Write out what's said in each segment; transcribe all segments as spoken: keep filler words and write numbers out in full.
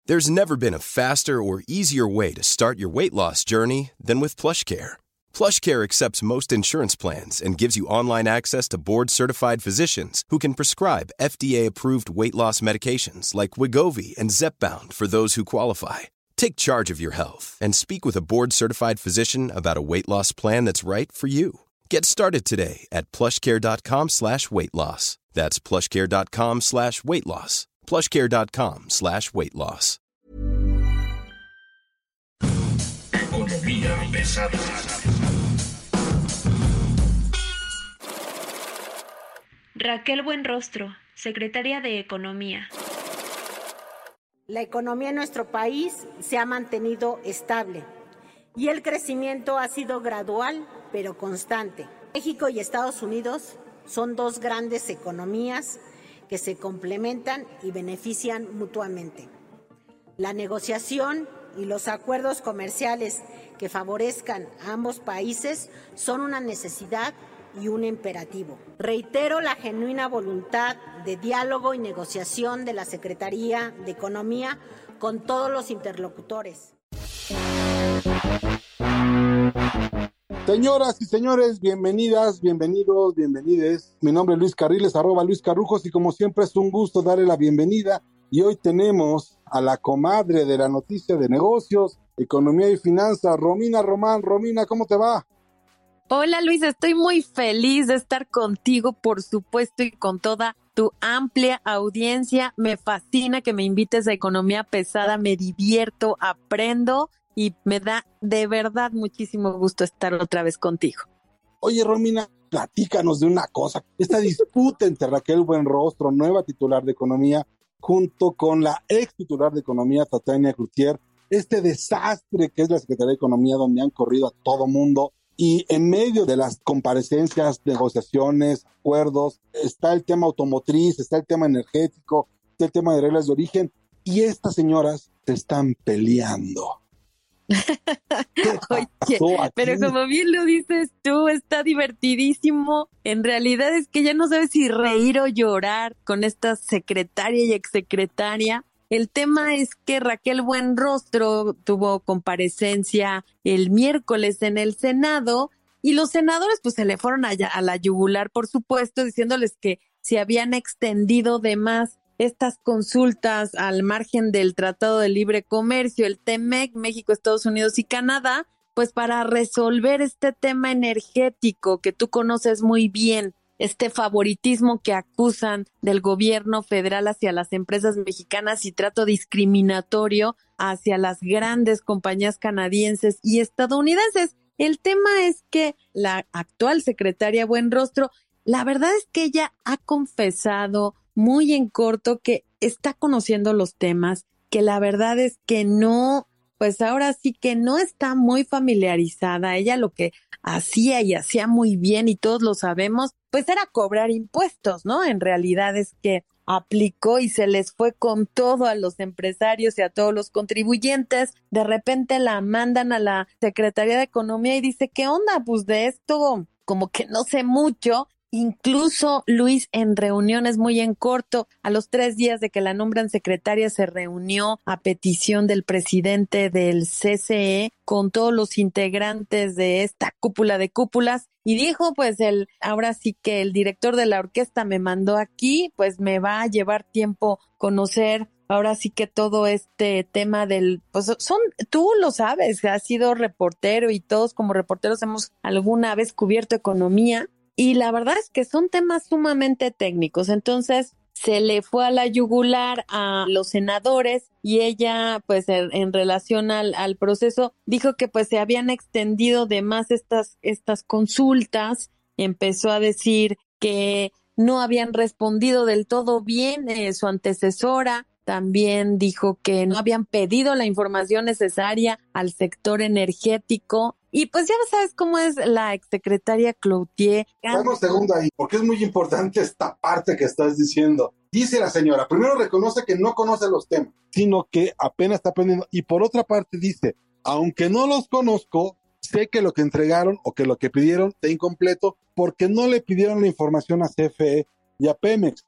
There's never been a faster or easier way to start your weight loss journey than with PlushCare. PlushCare accepts most insurance plans and gives you online access to board-certified physicians who can prescribe F D A-approved weight loss medications like Wegovy and Zepbound for those who qualify. Take charge of your health and speak with a board-certified physician about a weight loss plan that's right for you. Get started today at plushcare.com slash weight loss. That's plushcare.com slash weight loss. plushcare.com slash weight loss. Economía pesada. Raquel Buenrostro, secretaria de Economía. La economía en nuestro país se ha mantenido estable y el crecimiento ha sido gradual pero constante. México y Estados Unidos son dos grandes economías que se complementan y benefician mutuamente. La negociación y los acuerdos comerciales que favorezcan a ambos países son una necesidad y un imperativo. Reitero la genuina voluntad de diálogo y negociación de la Secretaría de Economía con todos los interlocutores. Señoras y señores, bienvenidas, bienvenidos, bienvenides. Mi nombre es Luis Carriles, arroba Luis Carrujos, y como siempre es un gusto darle la bienvenida. Y hoy tenemos a la comadre de la noticia de negocios, economía y finanzas, Romina Román. Romina, ¿cómo te va? Hola Luis, estoy muy feliz de estar contigo, por supuesto, y con toda tu amplia audiencia. Me fascina que me invites a Economía Pesada, me divierto, aprendo y me da de verdad muchísimo gusto estar otra vez contigo. Oye, Romina, platícanos de una cosa. Esta disputa entre Raquel Buenrostro, nueva titular de Economía, junto con la ex titular de Economía, Tatiana Cloutier, este desastre que es la Secretaría de Economía, donde han corrido a todo mundo. Y en medio de las comparecencias, negociaciones, acuerdos, está el tema automotriz, está el tema energético, está el tema de reglas de origen, y estas señoras se están peleando. Oye, pero como bien lo dices tú, está divertidísimo. En realidad es que ya no sabes si reír o llorar con esta secretaria y exsecretaria. El tema es que Raquel Buenrostro tuvo comparecencia el miércoles en el Senado y los senadores pues se le fueron allá a la yugular, por supuesto, diciéndoles que se habían extendido de más estas consultas al margen del Tratado de Libre Comercio, el T M E C, México, Estados Unidos y Canadá, pues para resolver este tema energético que tú conoces muy bien. Este favoritismo que acusan del gobierno federal hacia las empresas mexicanas y trato discriminatorio hacia las grandes compañías canadienses y estadounidenses. El tema es que la actual secretaria Buenrostro, la verdad es que ella ha confesado muy en corto que está conociendo los temas, que la verdad es que no, pues ahora sí que no está muy familiarizada. Ella lo que hacía y hacía muy bien y todos lo sabemos, pues era cobrar impuestos, ¿no? En realidad es que aplicó y se les fue con todo a los empresarios y a todos los contribuyentes. De repente la mandan a la Secretaría de Economía y dice, ¿qué onda? Pues de esto como que no sé mucho. Incluso, Luis, en reuniones muy en corto, a los tres días de que la nombran secretaria, se reunió a petición del presidente del C C E con todos los integrantes de esta cúpula de cúpulas y dijo, pues, el ahora sí que el director de la orquesta me mandó aquí, pues me va a llevar tiempo conocer ahora sí que todo este tema del, pues son, tú lo sabes, has sido reportero y todos como reporteros hemos alguna vez cubierto economía. Y la verdad es que son temas sumamente técnicos, entonces se le fue a la yugular a los senadores y ella, pues en, en relación al, al proceso, dijo que pues se habían extendido de más estas, estas consultas, empezó a decir que no habían respondido del todo bien eh, su antecesora. También dijo que no habían pedido la información necesaria al sector energético. Y pues ya sabes cómo es la exsecretaria Cloutier. Dame un segundo ahí, porque es muy importante esta parte que estás diciendo. Dice la señora, primero reconoce que no conoce los temas, sino que apenas está aprendiendo. Y por otra parte dice, aunque no los conozco, sé que lo que entregaron o que lo que pidieron está incompleto porque no le pidieron la información a C F E y a Pemex.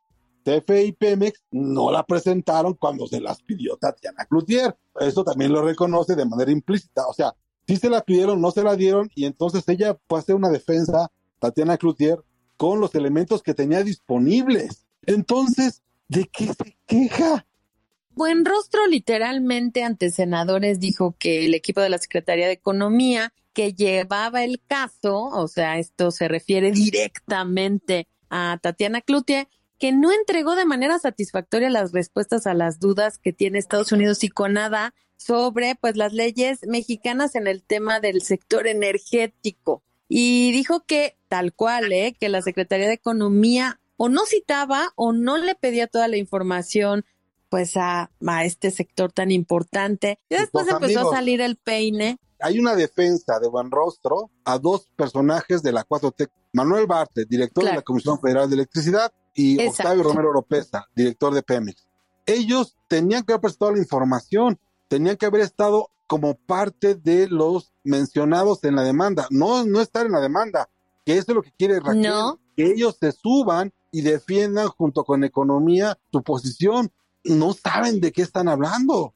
C F E y Pemex no la presentaron cuando se las pidió Tatiana Cloutier. Eso también lo reconoce de manera implícita. O sea, sí se la pidieron, no se la dieron, y entonces ella fue a hacer una defensa, Tatiana Cloutier, con los elementos que tenía disponibles. Entonces, ¿de qué se queja? Buenrostro literalmente ante senadores dijo que el equipo de la Secretaría de Economía que llevaba el caso, o sea, esto se refiere directamente a Tatiana Cloutier, que no entregó de manera satisfactoria las respuestas a las dudas que tiene Estados Unidos y Canadá sobre pues las leyes mexicanas en el tema del sector energético. Y dijo que tal cual, ¿eh? que la Secretaría de Economía o no citaba o no le pedía toda la información pues a, a este sector tan importante. Y después pues, empezó amigos, a salir el peine. Hay una defensa de Buenrostro a dos personajes de la cuatro T, Manuel Bartlett, director claro. de la Comisión Federal de Electricidad, y Exacto. Octavio Romero Oropeza, director de Pemex. Ellos tenían que haber prestado la información, tenían que haber estado como parte de los mencionados en la demanda, no, no estar en la demanda, que eso es lo que quiere Raquel, no. que ellos se suban y defiendan junto con Economía su posición. No saben de qué están hablando.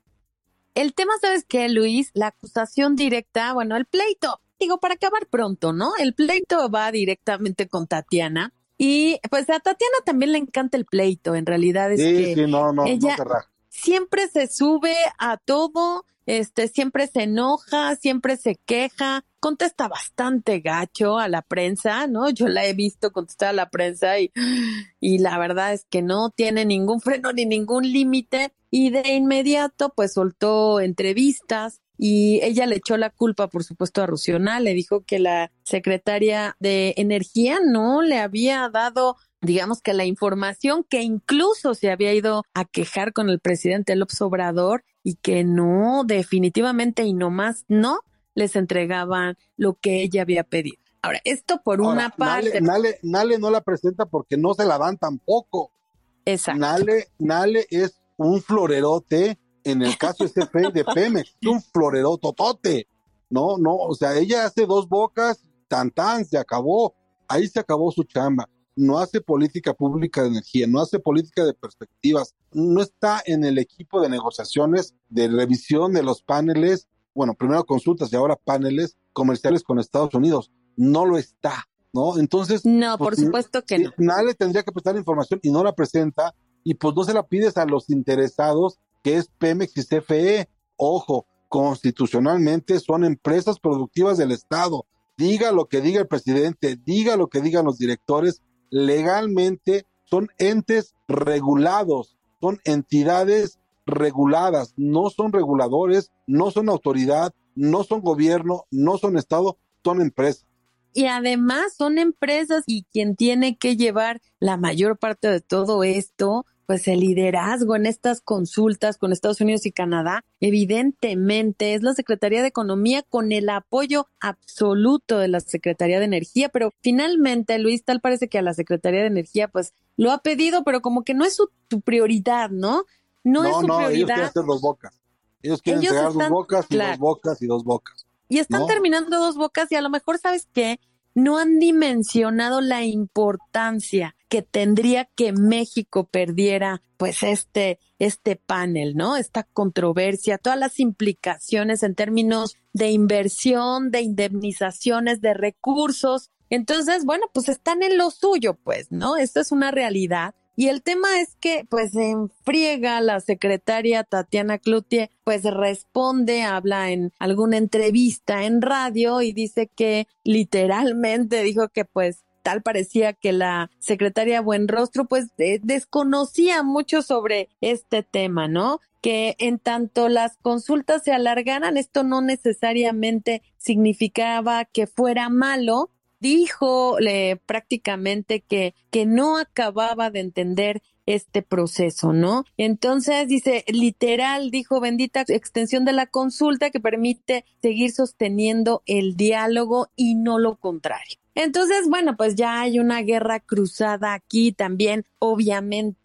El tema, ¿sabes qué, Luis? La acusación directa, bueno, el pleito, digo, para acabar pronto, ¿no? El pleito va directamente con Tatiana y pues a Tatiana también le encanta el pleito, en realidad es sí, que sí, no, no, ella no se raja. Siempre se sube a todo, este, siempre se enoja, siempre se queja, contesta bastante gacho a la prensa, ¿no? Yo la he visto contestar a la prensa y, y la verdad es que no tiene ningún freno ni ningún límite, y de inmediato pues soltó entrevistas y ella le echó la culpa, por supuesto, a Rusiona. Le dijo que la secretaria de Energía no le había dado, digamos, que la información, que incluso se había ido a quejar con el presidente López Obrador y que no, definitivamente y nomás no les entregaban lo que ella había pedido. Ahora, esto por Ahora, una parte. Nale, Nale, Nale no la presenta porque no se la dan tampoco. Exacto. Nale, Nale es un florerote, en el caso de C F E de Pemex, es un florerototote. No, no, o sea, ella hace dos bocas, tan tan, se acabó. Ahí se acabó su chamba. No hace política pública de energía, no hace política de perspectivas, no está en el equipo de negociaciones, de revisión de los paneles, bueno, primero consultas y ahora paneles comerciales con Estados Unidos. No lo está, ¿no? Entonces... No, pues, por supuesto que si, no. Nadie tendría que prestar información y no la presenta, y pues no se la pides a los interesados, que es Pemex y C F E. Ojo, constitucionalmente son empresas productivas del Estado. Diga lo que diga el presidente, diga lo que digan los directores, legalmente son entes regulados, son entidades reguladas, no son reguladores, no son autoridad, no son gobierno, no son Estado, son empresas. Y además son empresas, y quien tiene que llevar la mayor parte de todo esto, pues el liderazgo en estas consultas con Estados Unidos y Canadá, evidentemente es la Secretaría de Economía con el apoyo absoluto de la Secretaría de Energía, pero finalmente, Luis, tal parece que a la Secretaría de Energía pues lo ha pedido, pero como que no es su, su prioridad, ¿no? No, no es su no, prioridad. Ellos quieren hacer dos bocas. Ellos quieren ellos entregar están, dos bocas y claro. dos bocas y dos bocas. Y están ¿no? terminando dos bocas y a lo mejor, ¿sabes qué? No han dimensionado la importancia que tendría que México perdiera pues este, este panel, ¿no? Esta controversia, todas las implicaciones en términos de inversión, de indemnizaciones, de recursos. Entonces, bueno, pues están en lo suyo, pues, ¿no? Esto es una realidad. Y el tema es que, pues, en friega la secretaria Tatiana Cloutier, pues, responde, habla en alguna entrevista en radio y dice que literalmente dijo que, pues, tal parecía que la secretaria Buenrostro, pues, eh, desconocía mucho sobre este tema, ¿no? Que en tanto las consultas se alargaran, esto no necesariamente significaba que fuera malo. Dijo eh, prácticamente que, que no acababa de entender este proceso, ¿no? Entonces dice, literal, dijo, bendita extensión de la consulta que permite seguir sosteniendo el diálogo y no lo contrario. Entonces, bueno, pues ya hay una guerra cruzada aquí también, obviamente,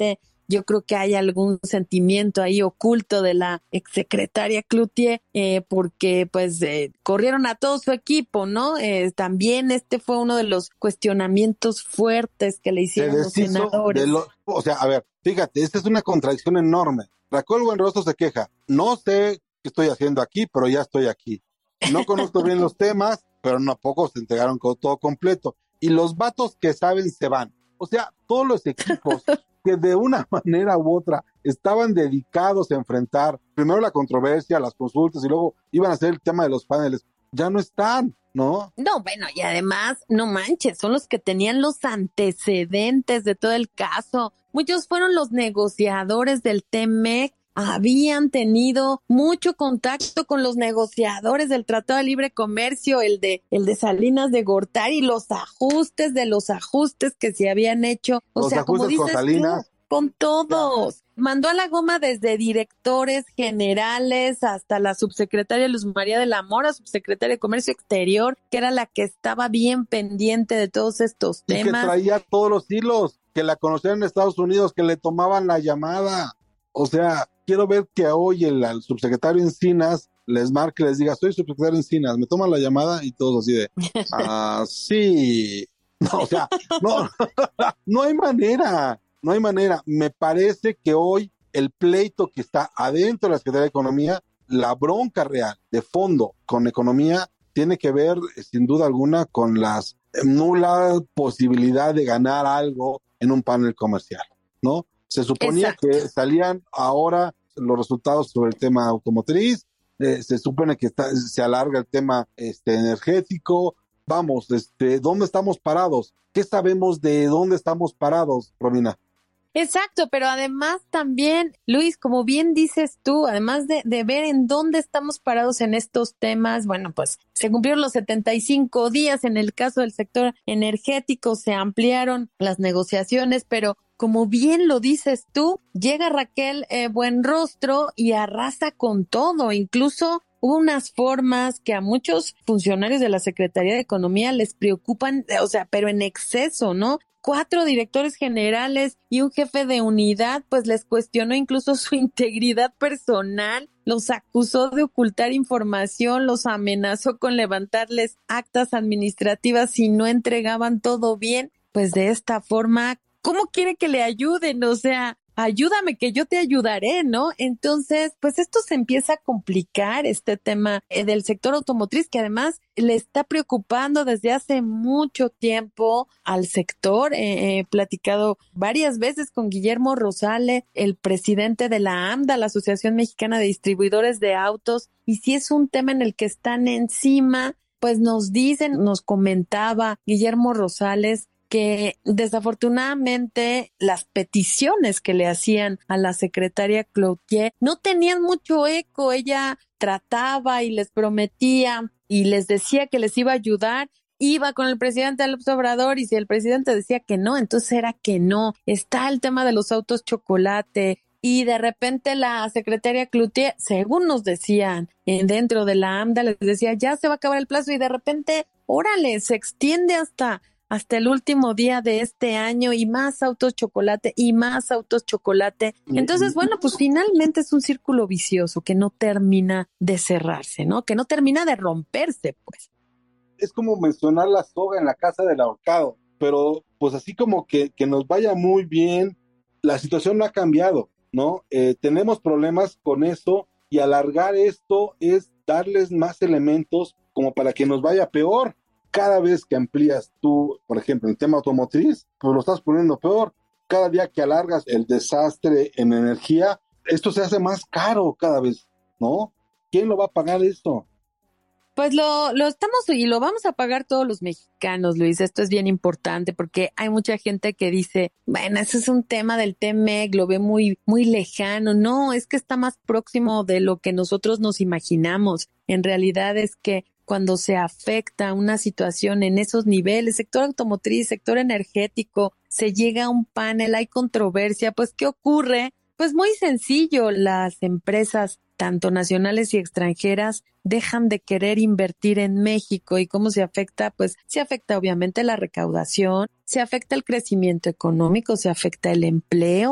yo creo que hay algún sentimiento ahí oculto de la exsecretaria Cloutier, eh, porque pues eh, corrieron a todo su equipo, ¿no? Eh, también este fue uno de los cuestionamientos fuertes que le hicieron los senadores. De lo, o sea, a ver, fíjate, esta es una contradicción enorme. Raquel Buenrostro se queja, no sé qué estoy haciendo aquí, pero ya estoy aquí. No conozco bien los temas, pero no pocos se entregaron con todo completo. Y los vatos que saben se van. O sea, todos los equipos que de una manera u otra estaban dedicados a enfrentar primero la controversia, las consultas y luego iban a hacer el tema de los paneles, ya no están, ¿no? No, bueno, y además, no manches, son los que tenían los antecedentes de todo el caso. Muchos fueron los negociadores del T M E C, habían tenido mucho contacto con los negociadores del Tratado de Libre Comercio, el de el de Salinas de Gortari, los ajustes de los ajustes que se habían hecho. O los sea, como dices con Salinas. tú, con todos. Mandó a la goma desde directores generales hasta la subsecretaria Luz María de la Mora, subsecretaria de Comercio Exterior, que era la que estaba bien pendiente de todos estos y temas. Que traía todos los hilos, que la conocían en Estados Unidos, que le tomaban la llamada. O sea, quiero ver que hoy el, el subsecretario Encinas les marque, les diga, soy subsecretario Encinas, me toman la llamada y todos así de, ah, sí. No, o sea, no, no hay manera, no hay manera. Me parece que hoy el pleito que está adentro de la Secretaría de Economía, la bronca real de fondo con economía, tiene que ver, sin duda alguna, con la nula posibilidad de ganar algo en un panel comercial, ¿no? Se suponía Exacto. que salían ahora los resultados sobre el tema automotriz, eh, se supone que está, se alarga el tema este, energético. Vamos, este, ¿dónde estamos parados? ¿Qué sabemos de dónde estamos parados, Romina? Exacto, pero además también, Luis, como bien dices tú, además de, de ver en dónde estamos parados en estos temas, bueno, pues se cumplieron los setenta y cinco días en el caso del sector energético, se ampliaron las negociaciones, pero como bien lo dices tú, llega Raquel eh, Buenrostro y arrasa con todo, incluso hubo unas formas que a muchos funcionarios de la Secretaría de Economía les preocupan, o sea, pero en exceso, ¿no? Cuatro directores generales y un jefe de unidad, pues les cuestionó incluso su integridad personal, los acusó de ocultar información, los amenazó con levantarles actas administrativas si no entregaban todo bien. Pues de esta forma, ¿cómo quiere que le ayuden? O sea, ayúdame que yo te ayudaré, ¿no? Entonces, pues esto se empieza a complicar, este tema eh, del sector automotriz, que además le está preocupando desde hace mucho tiempo al sector. Eh, he platicado varias veces con Guillermo Rosales, el presidente de la AMDA, la Asociación Mexicana de Distribuidores de Autos, y si es un tema en el que están encima, pues nos dicen, nos comentaba Guillermo Rosales, que desafortunadamente las peticiones que le hacían a la secretaria Cloutier no tenían mucho eco. Ella trataba y les prometía y les decía que les iba a ayudar, iba con el presidente López Obrador y si el presidente decía que no, entonces era que no. Está el tema de los autos chocolate y de repente la secretaria Cloutier, según nos decían eh, dentro de la AMDA, les decía ya se va a acabar el plazo y de repente, órale, se extiende hasta hasta el último día de este año y más autos chocolate y más autos chocolate. Entonces, bueno, pues finalmente es un círculo vicioso que no termina de cerrarse, ¿no? Que no termina de romperse, pues. Es como mencionar la soga en la casa del ahorcado, pero pues así como que, que nos vaya muy bien, la situación no ha cambiado, ¿no? Eh, tenemos problemas con eso y alargar esto es darles más elementos como para que nos vaya peor. Cada vez que amplías tú, por ejemplo, el tema automotriz, pues lo estás poniendo peor. Cada día que alargas el desastre en energía, esto se hace más caro cada vez, ¿no? ¿Quién lo va a pagar esto? Pues lo, lo estamos y lo vamos a pagar todos los mexicanos, Luis. Esto es bien importante porque hay mucha gente que dice, bueno, eso es un tema del T M E C, lo ve muy, muy lejano. No, es que está más próximo de lo que nosotros nos imaginamos. En realidad es que cuando se afecta una situación en esos niveles, sector automotriz, sector energético, se llega a un panel, hay controversia, pues ¿qué ocurre? Pues muy sencillo, las empresas, tanto nacionales y extranjeras, dejan de querer invertir en México. ¿Y cómo se afecta? Pues se afecta obviamente la recaudación, se afecta el crecimiento económico, se afecta el empleo,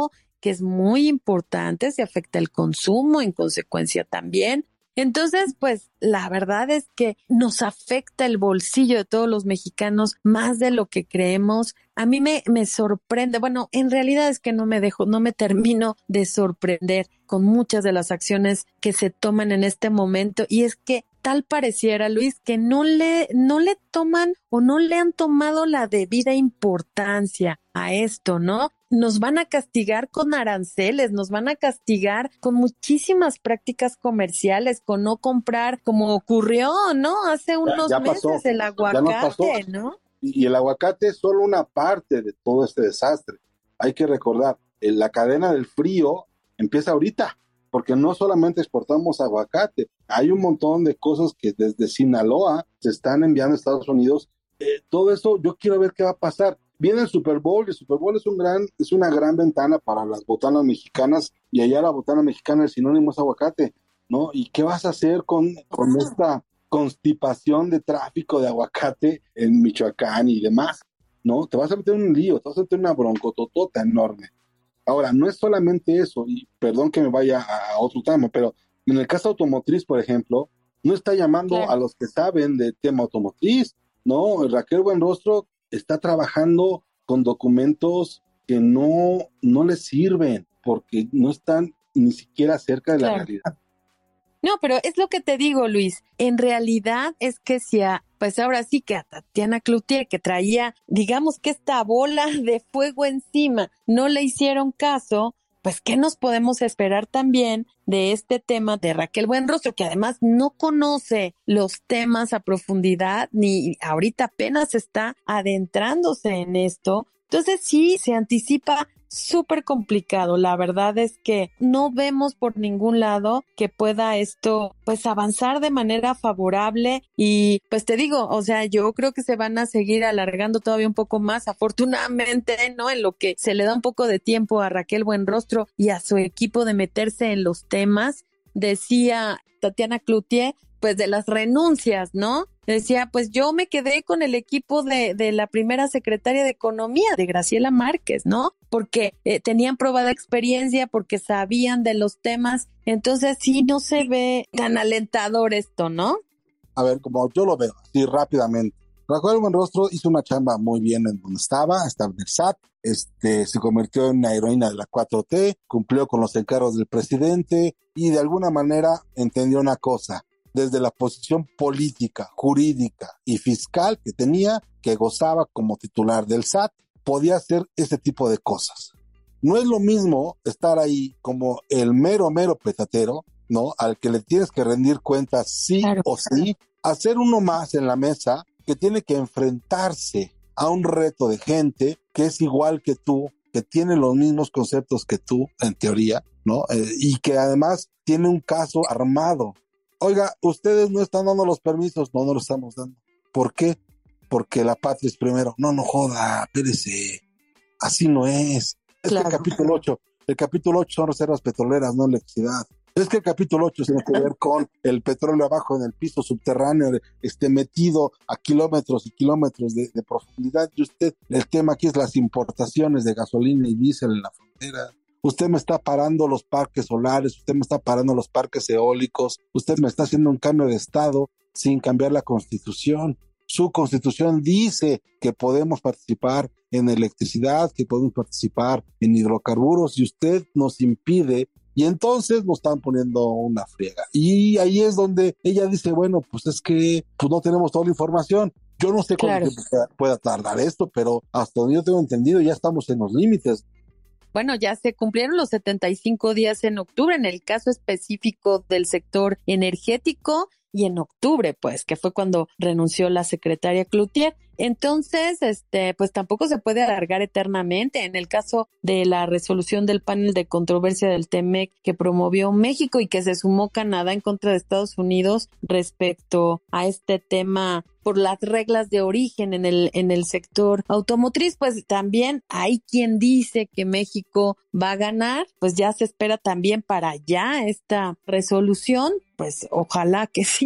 que es muy importante, se afecta el consumo en consecuencia también. Entonces, pues la verdad es que nos afecta el bolsillo de todos los mexicanos más de lo que creemos. A mí me, me sorprende, bueno, en realidad es que no me dejo, no me termino de sorprender con muchas de las acciones que se toman en este momento, y es que tal pareciera, Luis, que no le, no le toman o no le han tomado la debida importancia a esto, ¿no? Nos van a castigar con aranceles, nos van a castigar con muchísimas prácticas comerciales, con no comprar como ocurrió, ¿no? Hace unos ya, ya meses pasó, el aguacate, ¿no? Y el aguacate es solo una parte de todo este desastre. Hay que recordar, la cadena del frío empieza ahorita, porque no solamente exportamos aguacate, hay un montón de cosas que desde Sinaloa se están enviando a Estados Unidos. Eh, todo eso yo quiero ver qué va a pasar. Viene el Super Bowl, y el Super Bowl es un gran, es una gran ventana para las botanas mexicanas, y allá la botana mexicana el sinónimo es aguacate, ¿no? ¿Y qué vas a hacer con, con esta constipación de tráfico de aguacate en Michoacán y demás? ¿No? Te vas a meter en un lío, te vas a meter en una broncototota enorme. Ahora, no es solamente eso, y perdón que me vaya a otro tema, pero en el caso automotriz, por ejemplo, no está llamando claro. a los que saben de tema automotriz, ¿no? Raquel Buenrostro está trabajando con documentos que no, no les sirven, porque no están ni siquiera cerca de claro. la realidad. No, pero es lo que te digo, Luis. En realidad es que si a, pues ahora sí que a Tatiana Cloutier, que traía, digamos que esta bola de fuego encima, no le hicieron caso, pues ¿qué nos podemos esperar también de este tema de Raquel Buenrostro, que además no conoce los temas a profundidad, ni ahorita apenas está adentrándose en esto? Entonces sí, se anticipa súper complicado. La verdad es que no vemos por ningún lado que pueda esto pues avanzar de manera favorable, y pues te digo, o sea, yo creo que se van a seguir alargando todavía un poco más, afortunadamente, ¿no? En lo que se le da un poco de tiempo a Raquel Buenrostro y a su equipo de meterse en los temas. Decía Tatiana Cloutier, pues de las renuncias, ¿no? Decía, pues yo me quedé con el equipo de, de la primera secretaria de Economía, de Graciela Márquez, ¿no? Porque eh, tenían probada experiencia, porque sabían de los temas. Entonces sí, no se ve tan alentador esto, ¿no? A ver, como yo lo veo, así rápidamente. Raquel Buenrostro hizo una chamba muy bien en donde estaba, estaba en el S A T, este, se convirtió en una heroína de la cuatro T, cumplió con los encargos del presidente y de alguna manera entendió una cosa. Desde la posición política, jurídica y fiscal que tenía, que gozaba como titular del S A T, podía hacer ese tipo de cosas. No es lo mismo estar ahí como el mero, mero petatero, ¿no? Al que le tienes que rendir cuentas sí claro, o sí, hacer uno más en la mesa que tiene que enfrentarse a un reto de gente que es igual que tú, que tiene los mismos conceptos que tú, en teoría, ¿no? Eh, y que además tiene un caso armado. Oiga, ustedes no están dando los permisos. No, no los estamos dando. ¿Por qué? Porque la patria es primero. No, no joda, espérese. Así no es. Es claro. que el capítulo ocho, el capítulo ocho son reservas petroleras, no electricidad. Es que el capítulo ocho tiene que ver con el petróleo abajo en el piso subterráneo, este, metido a kilómetros y kilómetros de, de profundidad. Y usted, el tema aquí es las importaciones de gasolina y diésel en la frontera. Usted me está parando los parques solares, usted me está parando los parques eólicos, usted me está haciendo un cambio de estado sin cambiar la Constitución. Su Constitución dice que podemos participar en electricidad, que podemos participar en hidrocarburos, y usted nos impide, y entonces nos están poniendo una friega. Y ahí es donde ella dice, bueno, pues es que pues no tenemos toda la información. Yo no sé cuánto claro. tiempo pueda, pueda tardar esto, pero hasta donde yo tengo entendido ya estamos en los límites. Bueno, ya se cumplieron los setenta y cinco días en octubre, en el caso específico del sector energético, y en octubre, pues, que fue cuando renunció la secretaria Cloutier. Entonces, este, pues tampoco se puede alargar eternamente. En el caso de la resolución del panel de controversia del T-M E C que promovió México y que se sumó Canadá en contra de Estados Unidos respecto a este tema por las reglas de origen en el, en el sector automotriz, pues también hay quien dice que México va a ganar, pues ya se espera también para allá esta resolución, pues ojalá que sí.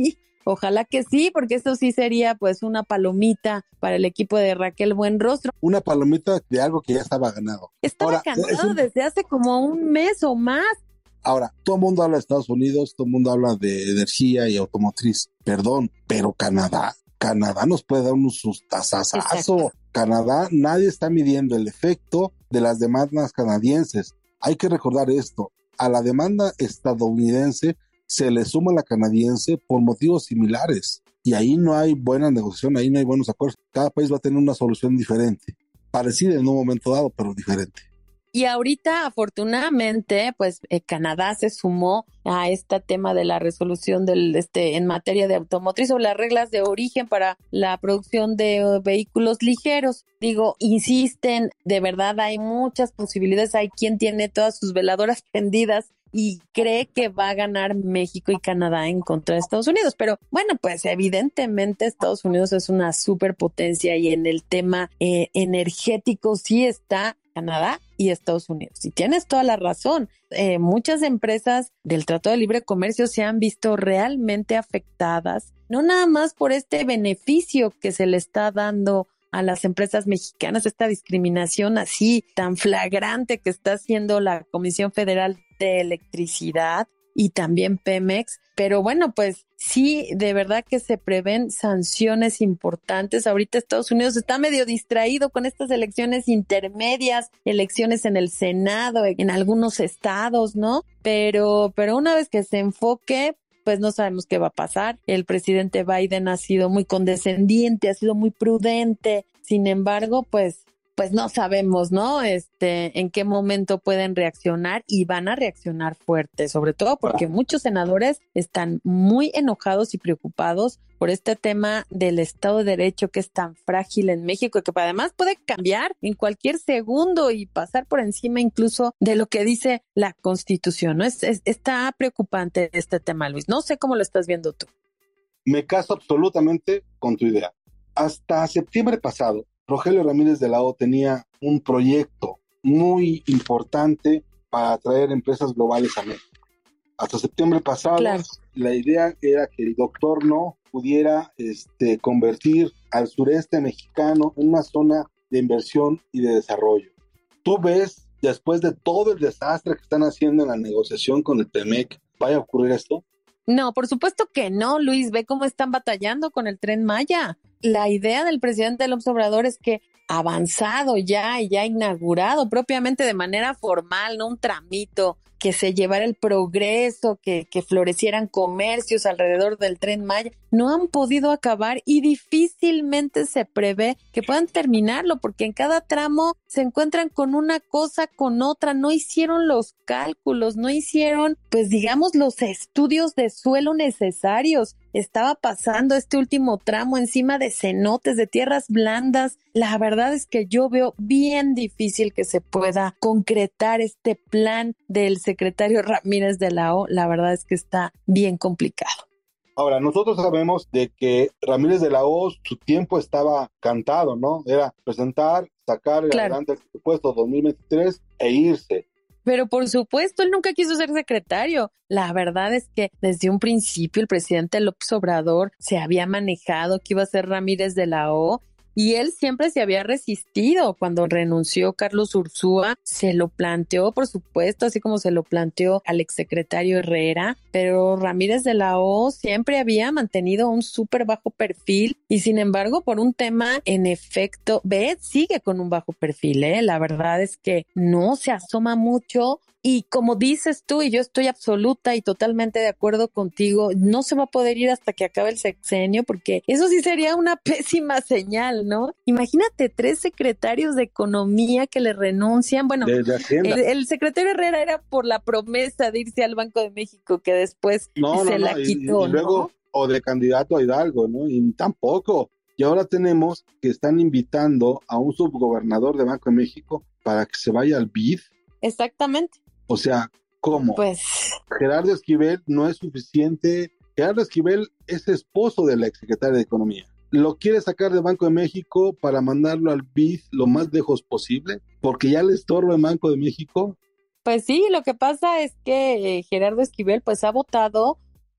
Ojalá que sí, porque eso sí sería pues una palomita para el equipo de Raquel Buenrostro. Una palomita de algo que ya estaba ganado. Estaba Ahora, ganado un... desde hace como un mes o más. Ahora, todo el mundo habla de Estados Unidos, todo el mundo habla de energía y automotriz. Perdón, pero Canadá, Canadá nos puede dar un sustazazazo. Canadá, nadie está midiendo el efecto de las demandas canadienses. Hay que recordar esto, a la demanda estadounidense se le suma la canadiense por motivos similares. Y ahí no hay buena negociación, ahí no hay buenos acuerdos. Cada país va a tener una solución diferente, parecida en un momento dado, pero diferente. Y ahorita, afortunadamente, pues eh, Canadá se sumó a este tema de la resolución del este en materia de automotriz o las reglas de origen para la producción de uh, vehículos ligeros. Digo, insisten, de verdad hay muchas posibilidades. Hay quien tiene todas sus veladoras prendidas y cree que va a ganar México y Canadá en contra de Estados Unidos. Pero bueno, pues evidentemente Estados Unidos es una superpotencia y en el tema eh, energético sí está Canadá y Estados Unidos. Y tienes toda la razón. Eh, muchas empresas del Tratado de Libre Comercio se han visto realmente afectadas, no nada más por este beneficio que se le está dando a las empresas mexicanas, esta discriminación así tan flagrante que está haciendo la Comisión Federal de Electricidad y también Pemex, pero bueno, pues sí, de verdad que se prevén sanciones importantes. Ahorita Estados Unidos está medio distraído con estas elecciones intermedias, elecciones en el Senado, en algunos estados, ¿no? Pero, pero una vez que se enfoque, pues no sabemos qué va a pasar. El presidente Biden ha sido muy condescendiente, ha sido muy prudente. Sin embargo, pues, pues no sabemos, ¿no? Este, en qué momento pueden reaccionar y van a reaccionar fuerte, sobre todo porque muchos senadores están muy enojados y preocupados por este tema del Estado de Derecho que es tan frágil en México y que además puede cambiar en cualquier segundo y pasar por encima incluso de lo que dice la Constitución, ¿no? Es, es, está preocupante este tema, Luis. No sé cómo lo estás viendo tú. Me caso absolutamente con tu idea. Hasta septiembre pasado, Rogelio Ramírez de la O tenía un proyecto muy importante para atraer empresas globales a México. Hasta septiembre pasado, claro, la idea era que el doctor No pudiera este, convertir al sureste mexicano en una zona de inversión y de desarrollo. ¿Tú ves, después de todo el desastre que están haciendo en la negociación con el Temec, vaya a ocurrir esto? No, por supuesto que no, Luis. Ve cómo están batallando con el Tren Maya. La idea del presidente López Obrador es que avanzado ya y ya inaugurado propiamente de manera formal, no un tramito, que se llevara el progreso, que, que florecieran comercios alrededor del Tren Maya, no han podido acabar y difícilmente se prevé que puedan terminarlo porque en cada tramo se encuentran con una cosa, con otra, no hicieron los cálculos, no hicieron, pues digamos, los estudios de suelo necesarios. Estaba pasando este último tramo encima de cenotes, de tierras blandas. La verdad es que yo veo bien difícil que se pueda concretar este plan del secretario Ramírez de la O. La verdad es que está bien complicado. Ahora, nosotros sabemos de que Ramírez de la O, su tiempo estaba cantado, ¿no? Era presentar, sacar claro. adelante el presupuesto dos mil veintitrés e irse. Pero por supuesto, él nunca quiso ser secretario. La verdad es que desde un principio el presidente López Obrador se había manejado que iba a ser Ramírez de la O y él siempre se había resistido. Cuando renunció Carlos Ursúa, se lo planteó, por supuesto, así como se lo planteó al exsecretario Herrera, pero Ramírez de la O siempre había mantenido un súper bajo perfil y sin embargo, por un tema, en efecto, ve, sigue con un bajo perfil, ¿eh? La verdad es que no se asoma mucho. Y como dices tú, y yo estoy absoluta y totalmente de acuerdo contigo, no se va a poder ir hasta que acabe el sexenio, porque eso sí sería una pésima señal, ¿no? Imagínate tres secretarios de economía que le renuncian. Bueno, de, de el, el secretario Herrera era por la promesa de irse al Banco de México, que después no, se no, la no. quitó, y, y luego, ¿no? O de candidato a Hidalgo, ¿no? Y tampoco. Y ahora tenemos que están invitando a un subgobernador de Banco de México para que se vaya al B I D. Exactamente. O sea, ¿cómo? Pues Gerardo Esquivel no es suficiente. Gerardo Esquivel es esposo de la exsecretaria de Economía. Lo quiere sacar de Banco de México para mandarlo al B I D lo más lejos posible, porque ya le estorba en Banco de México. Pues sí, lo que pasa es que eh, Gerardo Esquivel pues ha votado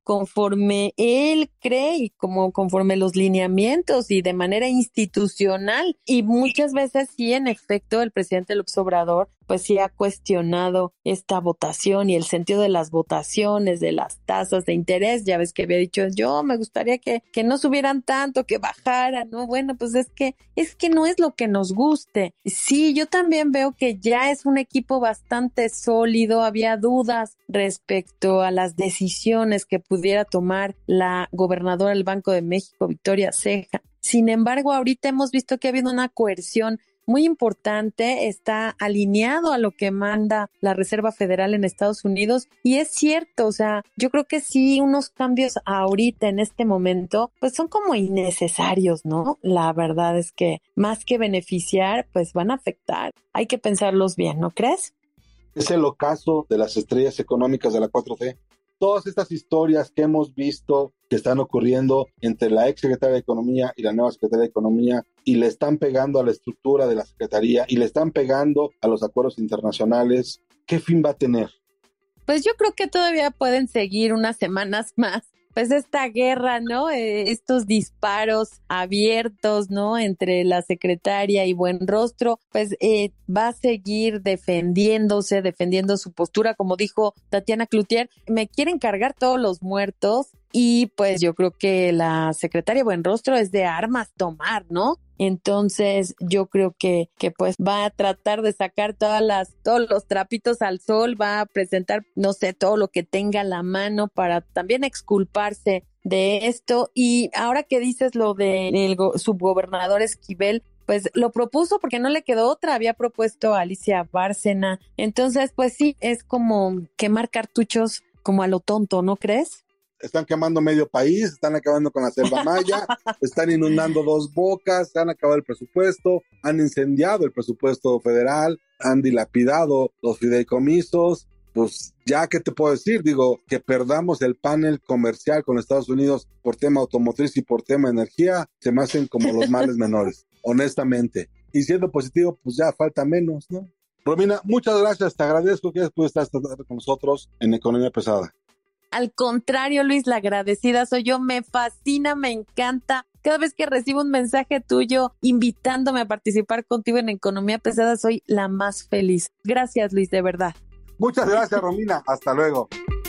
conforme él cree y como conforme los lineamientos y de manera institucional. Y muchas veces sí, en efecto, el presidente López Obrador pues sí ha cuestionado esta votación y el sentido de las votaciones, de las tasas de interés. Ya ves que había dicho, yo me gustaría que, que no subieran tanto, que bajaran, ¿no? Bueno, pues es que, es que no es lo que nos guste. Sí, yo también veo que ya es un equipo bastante sólido. Había dudas respecto a las decisiones que pudiera tomar la gobernadora del Banco de México, Victoria Ceja. Sin embargo, ahorita hemos visto que ha habido una coerción muy importante, está alineado a lo que manda la Reserva Federal en Estados Unidos y es cierto, o sea, yo creo que sí, unos cambios ahorita en este momento, pues son como innecesarios, ¿no? La verdad es que más que beneficiar, pues van a afectar. Hay que pensarlos bien, ¿no crees? Es el ocaso de las estrellas económicas de la cuatro T. Todas estas historias que hemos visto que están ocurriendo entre la ex secretaria de Economía y la nueva secretaria de Economía y le están pegando a la estructura de la secretaría y le están pegando a los acuerdos internacionales, ¿qué fin va a tener? Pues yo creo que todavía pueden seguir unas semanas más. Pues esta guerra, ¿no? Eh, estos disparos abiertos, ¿no? Entre la secretaria y Buenrostro, pues eh, va a seguir defendiéndose, defendiendo su postura, como dijo Tatiana Cloutier. Me quieren cargar todos los muertos y pues yo creo que la secretaria Buenrostro es de armas tomar, ¿no? Entonces yo creo que, que pues va a tratar de sacar todas las, todos los trapitos al sol, va a presentar, no sé, todo lo que tenga a la mano para también exculparse de esto. Y ahora que dices lo del subgobernador Esquivel, pues lo propuso porque no le quedó otra, había propuesto a Alicia Bárcena. Entonces, pues sí, es como quemar cartuchos como a lo tonto, ¿no crees? Están quemando medio país, están acabando con la selva maya, están inundando Dos Bocas, han acabado el presupuesto, han incendiado el presupuesto federal, han dilapidado los fideicomisos. Pues ya, ¿qué te puedo decir? Digo, que perdamos el panel comercial con Estados Unidos por tema automotriz y por tema energía, se me hacen como los males menores, honestamente. Y siendo positivo, pues ya falta menos, ¿no? Romina, muchas gracias, te agradezco que hayas estar esta tarde con nosotros en Economía Pesada. Al contrario, Luis, la agradecida soy yo, me fascina, me encanta. Cada vez que recibo un mensaje tuyo invitándome a participar contigo en Economía Pesada, soy la más feliz. Gracias, Luis, de verdad. Muchas gracias, Romina. Hasta luego.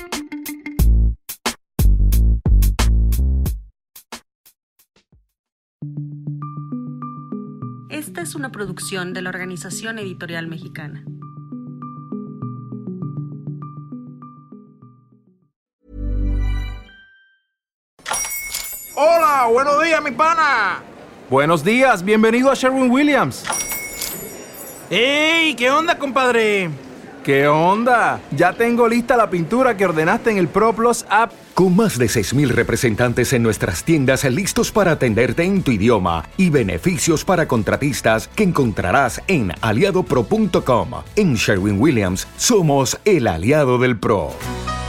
Esta es una producción de la Organización Editorial Mexicana. Hola, buenos días, mi pana. Buenos días, bienvenido a Sherwin-Williams. ¡Ey! ¿Qué onda, compadre? ¿Qué onda? Ya tengo lista la pintura que ordenaste en el ProPlus app. Con más de seis mil representantes en nuestras tiendas listos para atenderte en tu idioma y beneficios para contratistas que encontrarás en aliado pro punto com. En Sherwin-Williams somos el aliado del pro.